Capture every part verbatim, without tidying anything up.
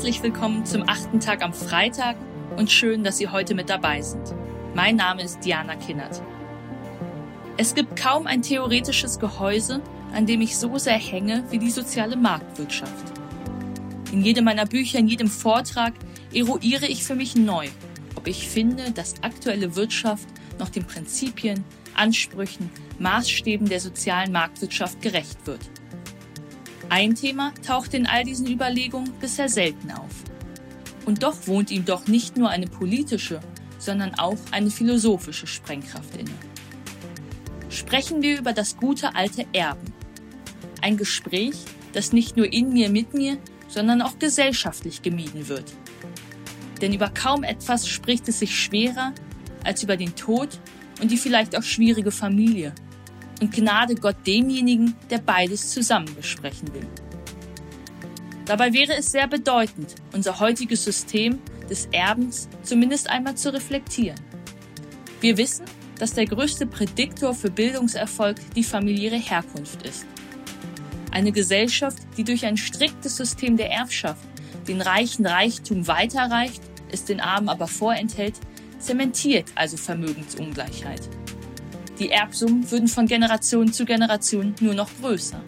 Herzlich willkommen zum achten Tag am Freitag und schön, dass Sie heute mit dabei sind. Mein Name ist Diana Kinnert. Es gibt kaum ein theoretisches Gehäuse, an dem ich so sehr hänge wie die soziale Marktwirtschaft. In jedem meiner Bücher, in jedem Vortrag eruiere ich für mich neu, ob ich finde, dass aktuelle Wirtschaft noch den Prinzipien, Ansprüchen, Maßstäben der sozialen Marktwirtschaft gerecht wird. Ein Thema taucht in all diesen Überlegungen bisher selten auf. Und doch wohnt ihm doch nicht nur eine politische, sondern auch eine philosophische Sprengkraft inne. Sprechen wir über das gute alte Erben. Ein Gespräch, das nicht nur in mir, mit mir, sondern auch gesellschaftlich gemieden wird. Denn über kaum etwas spricht es sich schwerer als über den Tod und die vielleicht auch schwierige Familie. Und Gnade Gott demjenigen, der beides zusammen besprechen will. Dabei wäre es sehr bedeutend, unser heutiges System des Erbens zumindest einmal zu reflektieren. Wir wissen, dass der größte Prädiktor für Bildungserfolg die familiäre Herkunft ist. Eine Gesellschaft, die durch ein striktes System der Erbschaft den Reichen Reichtum weiterreicht, es den Armen aber vorenthält, zementiert also Vermögensungleichheit. Die Erbsummen würden von Generation zu Generation nur noch größer.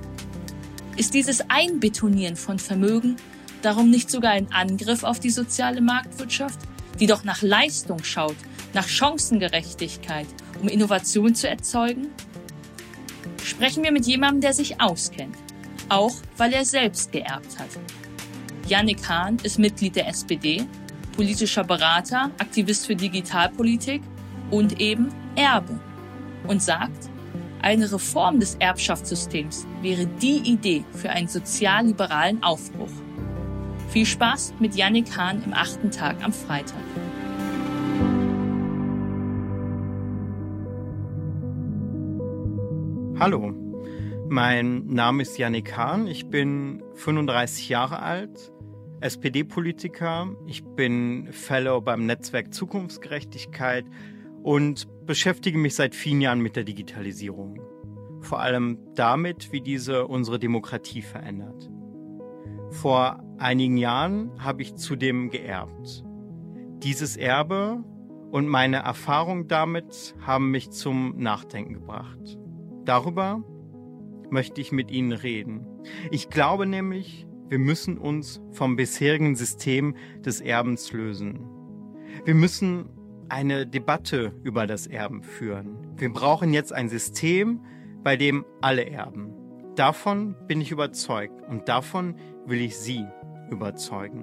Ist dieses Einbetonieren von Vermögen darum nicht sogar ein Angriff auf die soziale Marktwirtschaft, die doch nach Leistung schaut, nach Chancengerechtigkeit, um Innovation zu erzeugen? Sprechen wir mit jemandem, der sich auskennt, auch weil er selbst geerbt hat. Yannick Hahn ist Mitglied der S P D, politischer Berater, Aktivist für Digitalpolitik und eben Erbe. Und sagt, eine Reform des Erbschaftssystems wäre die Idee für einen sozialliberalen Aufbruch. Viel Spaß mit Yannick Hahn im achten Tag am Freitag. Hallo, mein Name ist Yannick Hahn, ich bin fünfunddreißig Jahre alt, S P D-Politiker, ich bin Fellow beim Netzwerk Zukunftsgerechtigkeit und beschäftige mich seit vielen Jahren mit der Digitalisierung. Vor allem damit, wie diese unsere Demokratie verändert. Vor einigen Jahren habe ich zudem geerbt. Dieses Erbe und meine Erfahrung damit haben mich zum Nachdenken gebracht. Darüber möchte ich mit Ihnen reden. Ich glaube nämlich, wir müssen uns vom bisherigen System des Erbens lösen. Wir müssen eine Debatte über das Erben führen. Wir brauchen jetzt ein System, bei dem alle erben. Davon bin ich überzeugt und davon will ich Sie überzeugen.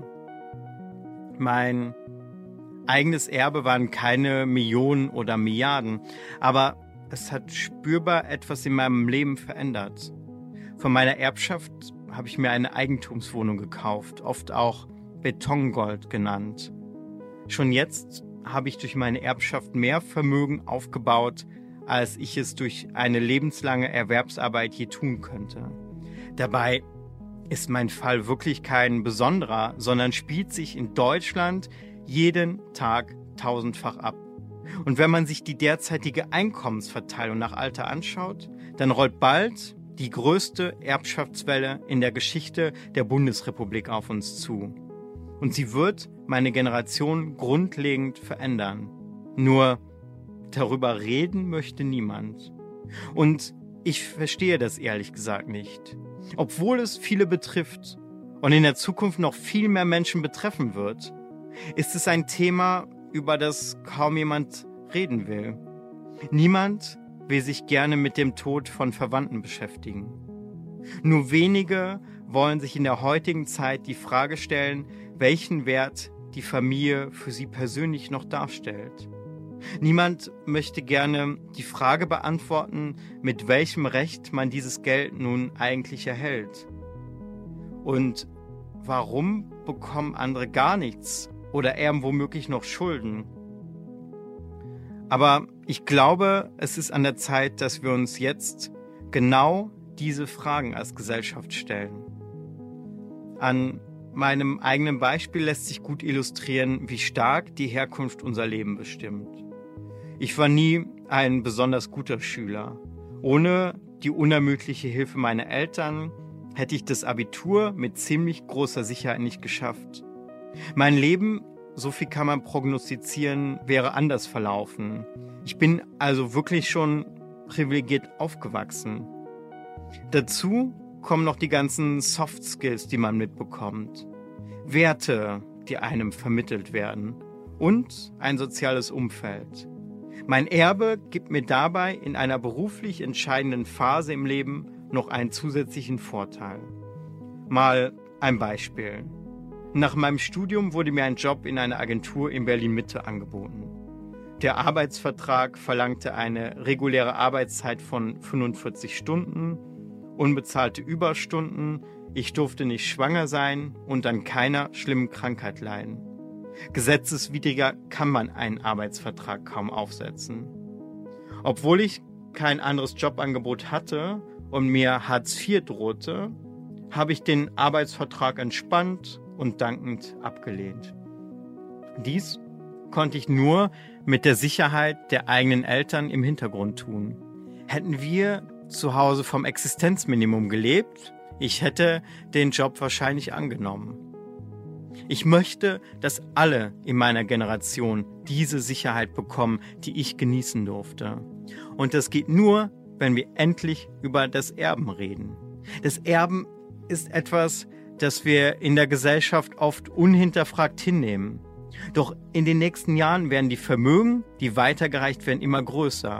Mein eigenes Erbe waren keine Millionen oder Milliarden, aber es hat spürbar etwas in meinem Leben verändert. Von meiner Erbschaft habe ich mir eine Eigentumswohnung gekauft, oft auch Betongold genannt. Schon jetzt habe ich durch meine Erbschaft mehr Vermögen aufgebaut, als ich es durch eine lebenslange Erwerbsarbeit je tun könnte. Dabei ist mein Fall wirklich kein besonderer, sondern spielt sich in Deutschland jeden Tag tausendfach ab. Und wenn man sich die derzeitige Einkommensverteilung nach Alter anschaut, dann rollt bald die größte Erbschaftswelle in der Geschichte der Bundesrepublik auf uns zu. Und sie wird meine Generation grundlegend verändern. Nur darüber reden möchte niemand. Und ich verstehe das ehrlich gesagt nicht. Obwohl es viele betrifft und in der Zukunft noch viel mehr Menschen betreffen wird, ist es ein Thema, über das kaum jemand reden will. Niemand will sich gerne mit dem Tod von Verwandten beschäftigen. Nur wenige wollen sich in der heutigen Zeit die Frage stellen, welchen Wert die Familie für sie persönlich noch darstellt. Niemand möchte gerne die Frage beantworten, mit welchem Recht man dieses Geld nun eigentlich erhält. Und warum bekommen andere gar nichts oder erben womöglich noch Schulden? Aber ich glaube, es ist an der Zeit, dass wir uns jetzt genau diese Fragen als Gesellschaft stellen. An meinem eigenen Beispiel lässt sich gut illustrieren, wie stark die Herkunft unser Leben bestimmt. Ich war nie ein besonders guter Schüler. Ohne die unermüdliche Hilfe meiner Eltern hätte ich das Abitur mit ziemlich großer Sicherheit nicht geschafft. Mein Leben, so viel kann man prognostizieren, wäre anders verlaufen. Ich bin also wirklich schon privilegiert aufgewachsen. Dazu kommen noch die ganzen Soft Skills, die man mitbekommt. Werte, die einem vermittelt werden. Und ein soziales Umfeld. Mein Erbe gibt mir dabei in einer beruflich entscheidenden Phase im Leben noch einen zusätzlichen Vorteil. Mal ein Beispiel. Nach meinem Studium wurde mir ein Job in einer Agentur in Berlin-Mitte angeboten. Der Arbeitsvertrag verlangte eine reguläre Arbeitszeit von fünfundvierzig Stunden, unbezahlte Überstunden, ich durfte nicht schwanger sein und an keiner schlimmen Krankheit leiden. Gesetzeswidriger kann man einen Arbeitsvertrag kaum aufsetzen. Obwohl ich kein anderes Jobangebot hatte und mir Hartz vier drohte, habe ich den Arbeitsvertrag entspannt und dankend abgelehnt. Dies konnte ich nur mit der Sicherheit der eigenen Eltern im Hintergrund tun. Hätten wir zu Hause vom Existenzminimum gelebt, ich hätte den Job wahrscheinlich angenommen. Ich möchte, dass alle in meiner Generation diese Sicherheit bekommen, die ich genießen durfte. Und das geht nur, wenn wir endlich über das Erben reden. Das Erben ist etwas, das wir in der Gesellschaft oft unhinterfragt hinnehmen. Doch in den nächsten Jahren werden die Vermögen, die weitergereicht werden, immer größer.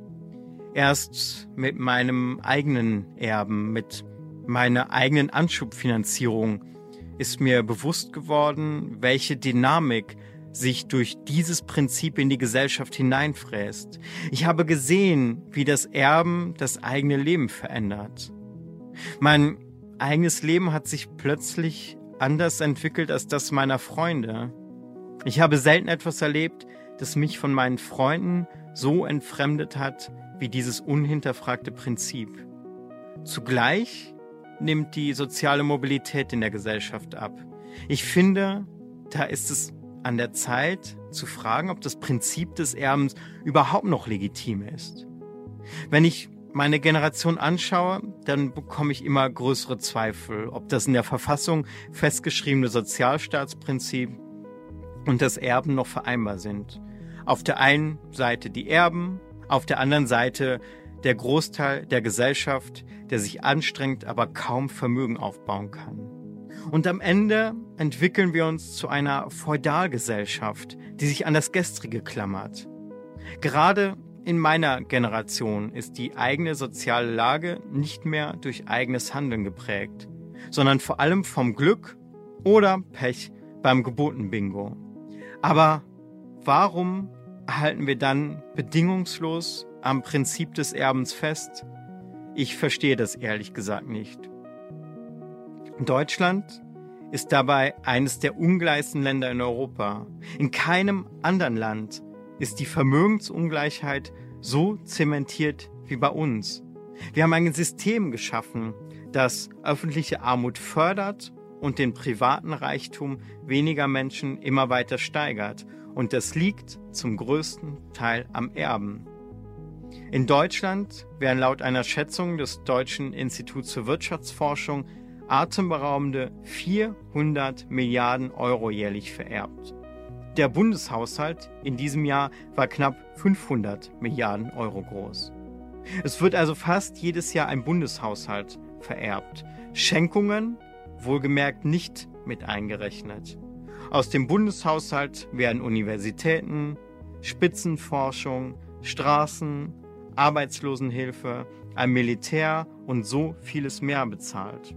Erst mit meinem eigenen Erben, mit meiner eigenen Anschubfinanzierung ist mir bewusst geworden, welche Dynamik sich durch dieses Prinzip in die Gesellschaft hineinfräst. Ich habe gesehen, wie das Erben das eigene Leben verändert. Mein eigenes Leben hat sich plötzlich anders entwickelt als das meiner Freunde. Ich habe selten etwas erlebt, das mich von meinen Freunden so entfremdet hat wie dieses unhinterfragte Prinzip. Zugleich nimmt die soziale Mobilität in der Gesellschaft ab. Ich finde, da ist es an der Zeit zu fragen, ob das Prinzip des Erbens überhaupt noch legitim ist. Wenn ich meine Generation anschaue, dann bekomme ich immer größere Zweifel, ob das in der Verfassung festgeschriebene Sozialstaatsprinzip und das Erben noch vereinbar sind. Auf der einen Seite die Erben, auf der anderen Seite der Großteil der Gesellschaft, der sich anstrengt, aber kaum Vermögen aufbauen kann. Und am Ende entwickeln wir uns zu einer Feudalgesellschaft, die sich an das Gestrige klammert. Gerade in meiner Generation ist die eigene soziale Lage nicht mehr durch eigenes Handeln geprägt, sondern vor allem vom Glück oder Pech beim Geburtenbingo. Aber warum halten wir dann bedingungslos am Prinzip des Erbens fest? Ich verstehe das ehrlich gesagt nicht. Deutschland ist dabei eines der ungleichsten Länder in Europa. In keinem anderen Land ist die Vermögensungleichheit so zementiert wie bei uns. Wir haben ein System geschaffen, das öffentliche Armut fördert und den privaten Reichtum weniger Menschen immer weiter steigert. Und das liegt zum größten Teil am Erben. In Deutschland werden laut einer Schätzung des Deutschen Instituts für Wirtschaftsforschung atemberaubende vierhundert Milliarden Euro jährlich vererbt. Der Bundeshaushalt in diesem Jahr war knapp fünfhundert Milliarden Euro groß. Es wird also fast jedes Jahr ein Bundeshaushalt vererbt. Schenkungen wohlgemerkt nicht mit eingerechnet. Aus dem Bundeshaushalt werden Universitäten, Spitzenforschung, Straßen, Arbeitslosenhilfe, ein Militär und so vieles mehr bezahlt.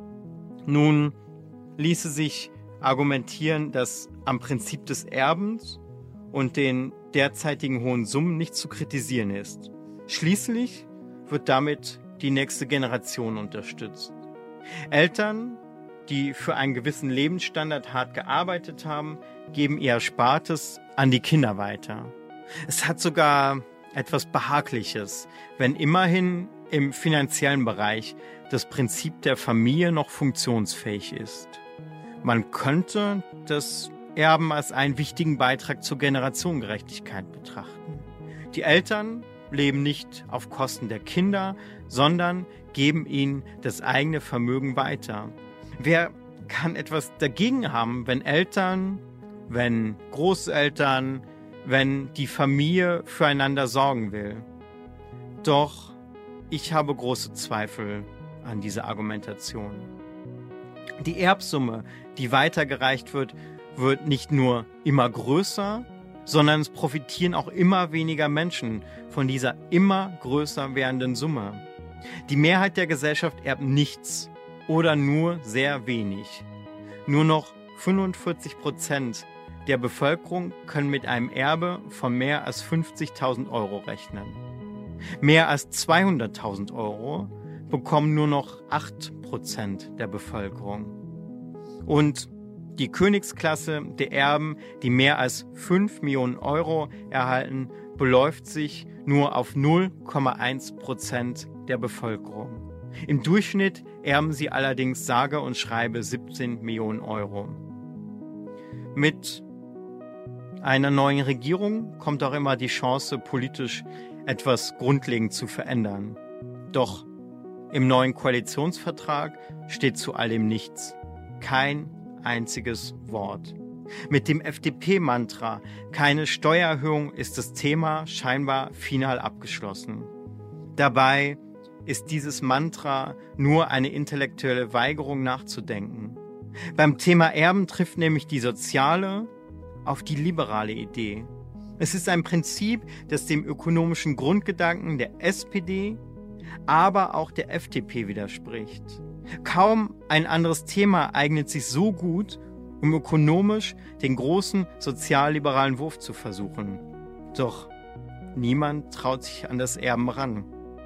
Nun ließe sich argumentieren, dass am Prinzip des Erbens und den derzeitigen hohen Summen nicht zu kritisieren ist. Schließlich wird damit die nächste Generation unterstützt. Eltern, die für einen gewissen Lebensstandard hart gearbeitet haben, geben ihr Erspartes an die Kinder weiter. Es hat sogar etwas Behagliches, wenn immerhin im finanziellen Bereich das Prinzip der Familie noch funktionsfähig ist. Man könnte das Erben als einen wichtigen Beitrag zur Generationengerechtigkeit betrachten. Die Eltern leben nicht auf Kosten der Kinder, sondern geben ihnen das eigene Vermögen weiter. Wer kann etwas dagegen haben, wenn Eltern, wenn Großeltern, wenn die Familie füreinander sorgen will? Doch ich habe große Zweifel an dieser Argumentation. Die Erbsumme, die weitergereicht wird, wird nicht nur immer größer, sondern es profitieren auch immer weniger Menschen von dieser immer größer werdenden Summe. Die Mehrheit der Gesellschaft erbt nichts oder nur sehr wenig. Nur noch fünfundvierzig Prozent der Bevölkerung können mit einem Erbe von mehr als fünfzigtausend Euro rechnen. Mehr als zweihunderttausend Euro bekommen nur noch acht Prozent der Bevölkerung. Und die Königsklasse der Erben, die mehr als fünf Millionen Euro erhalten, beläuft sich nur auf null Komma eins Prozent der Bevölkerung. Im Durchschnitt erben sie allerdings sage und schreibe siebzehn Millionen Euro. Mit einer neuen Regierung kommt auch immer die Chance, politisch etwas grundlegend zu verändern. Doch im neuen Koalitionsvertrag steht zu all dem nichts. Kein einziges Wort. Mit dem F D P-Mantra keine Steuererhöhung ist das Thema scheinbar final abgeschlossen. Dabei ist dieses Mantra nur eine intellektuelle Weigerung nachzudenken. Beim Thema Erben trifft nämlich die soziale auf die liberale Idee. Es ist ein Prinzip, das dem ökonomischen Grundgedanken der S P D, aber auch der F D P widerspricht. Kaum ein anderes Thema eignet sich so gut, um ökonomisch den großen sozialliberalen Wurf zu versuchen. Doch niemand traut sich an das Erben ran.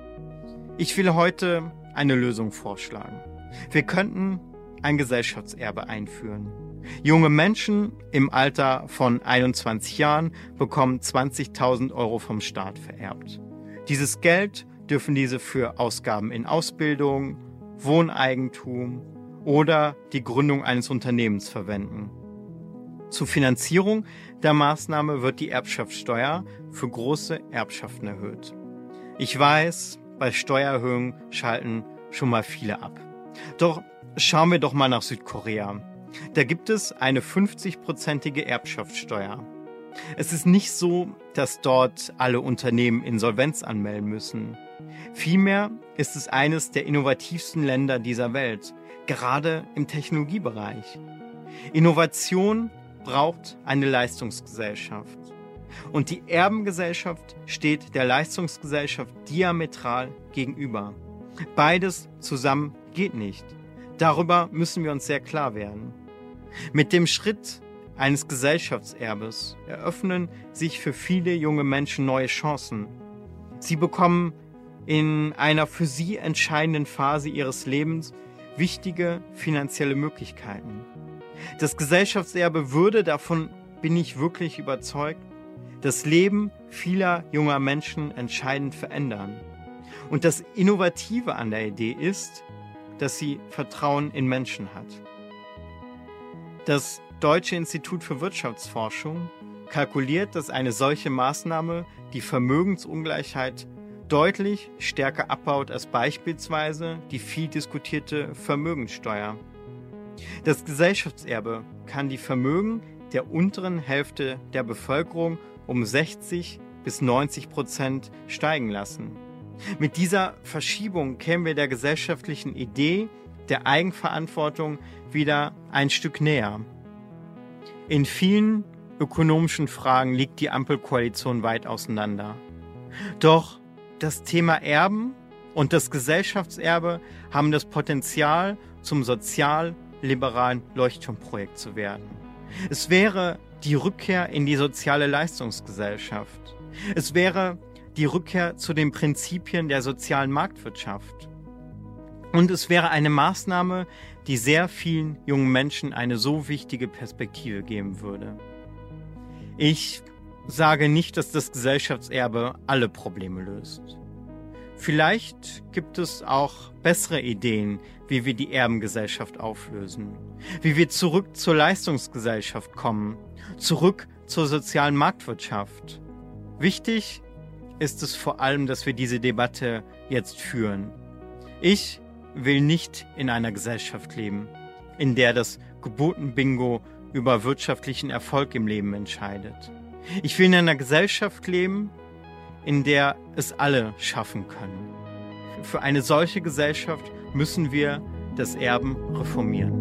Ich will heute eine Lösung vorschlagen. Wir könnten ein Gesellschaftserbe einführen. Junge Menschen im Alter von einundzwanzig Jahren bekommen zwanzigtausend Euro vom Staat vererbt. Dieses Geld dürfen diese für Ausgaben in Ausbildung, Wohneigentum oder die Gründung eines Unternehmens verwenden. Zur Finanzierung der Maßnahme wird die Erbschaftssteuer für große Erbschaften erhöht. Ich weiß, bei Steuererhöhungen schalten schon mal viele ab. Doch schauen wir doch mal nach Südkorea. Da gibt es eine fünfzig-prozentige Erbschaftssteuer. Es ist nicht so, dass dort alle Unternehmen Insolvenz anmelden müssen. Vielmehr ist es eines der innovativsten Länder dieser Welt, gerade im Technologiebereich. Innovation braucht eine Leistungsgesellschaft. Und die Erbengesellschaft steht der Leistungsgesellschaft diametral gegenüber. Beides zusammen geht nicht. Darüber müssen wir uns sehr klar werden. Mit dem Schritt eines Gesellschaftserbes eröffnen sich für viele junge Menschen neue Chancen. Sie bekommen in einer für sie entscheidenden Phase ihres Lebens wichtige finanzielle Möglichkeiten. Das Gesellschaftserbe würde, davon bin ich wirklich überzeugt, das Leben vieler junger Menschen entscheidend verändern. Und das Innovative an der Idee ist, dass sie Vertrauen in Menschen hat. Das Deutsche Institut für Wirtschaftsforschung kalkuliert, dass eine solche Maßnahme die Vermögensungleichheit deutlich stärker abbaut als beispielsweise die viel diskutierte Vermögensteuer. Das Gesellschaftserbe kann die Vermögen der unteren Hälfte der Bevölkerung um sechzig bis neunzig Prozent steigen lassen. Mit dieser Verschiebung kämen wir der gesellschaftlichen Idee der Eigenverantwortung wieder ein Stück näher. In vielen ökonomischen Fragen liegt die Ampelkoalition weit auseinander. Doch das Thema Erben und das Gesellschaftserbe haben das Potenzial, zum sozial-liberalen Leuchtturmprojekt zu werden. Es wäre die Rückkehr in die soziale Leistungsgesellschaft. Es wäre die Rückkehr zu den Prinzipien der sozialen Marktwirtschaft. Und es wäre eine Maßnahme, die sehr vielen jungen Menschen eine so wichtige Perspektive geben würde. Ich sage nicht, dass das Gesellschaftserbe alle Probleme löst. Vielleicht gibt es auch bessere Ideen, wie wir die Erbengesellschaft auflösen, wie wir zurück zur Leistungsgesellschaft kommen, zurück zur sozialen Marktwirtschaft. Wichtig ist es vor allem, dass wir diese Debatte jetzt führen. Ich will nicht in einer Gesellschaft leben, in der das Geburtenbingo über wirtschaftlichen Erfolg im Leben entscheidet. Ich will in einer Gesellschaft leben, in der es alle schaffen können. Für eine solche Gesellschaft müssen wir das Erben reformieren.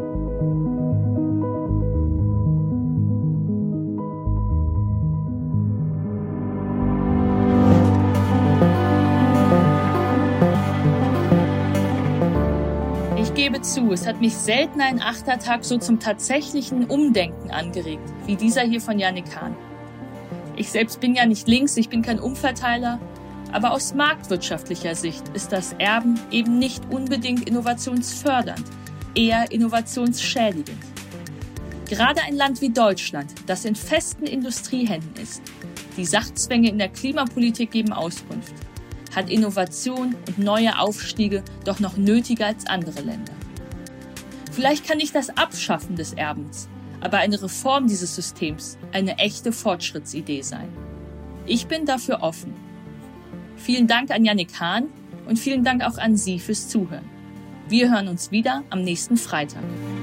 Ich gebe zu, es hat mich selten ein Achtertag so zum tatsächlichen Umdenken angeregt, wie dieser hier von Yannick Hahn. Ich selbst bin ja nicht links, ich bin kein Umverteiler, aber aus marktwirtschaftlicher Sicht ist das Erben eben nicht unbedingt innovationsfördernd, eher innovationsschädigend. Gerade ein Land wie Deutschland, das in festen Industriehänden ist, die Sachzwänge in der Klimapolitik geben Auskunft, hat Innovation und neue Aufstiege doch noch nötiger als andere Länder. Vielleicht kann nicht das Abschaffen des Erbens, aber eine Reform dieses Systems eine echte Fortschrittsidee sein. Ich bin dafür offen. Vielen Dank an Yannick Hahn und vielen Dank auch an Sie fürs Zuhören. Wir hören uns wieder am nächsten Freitag.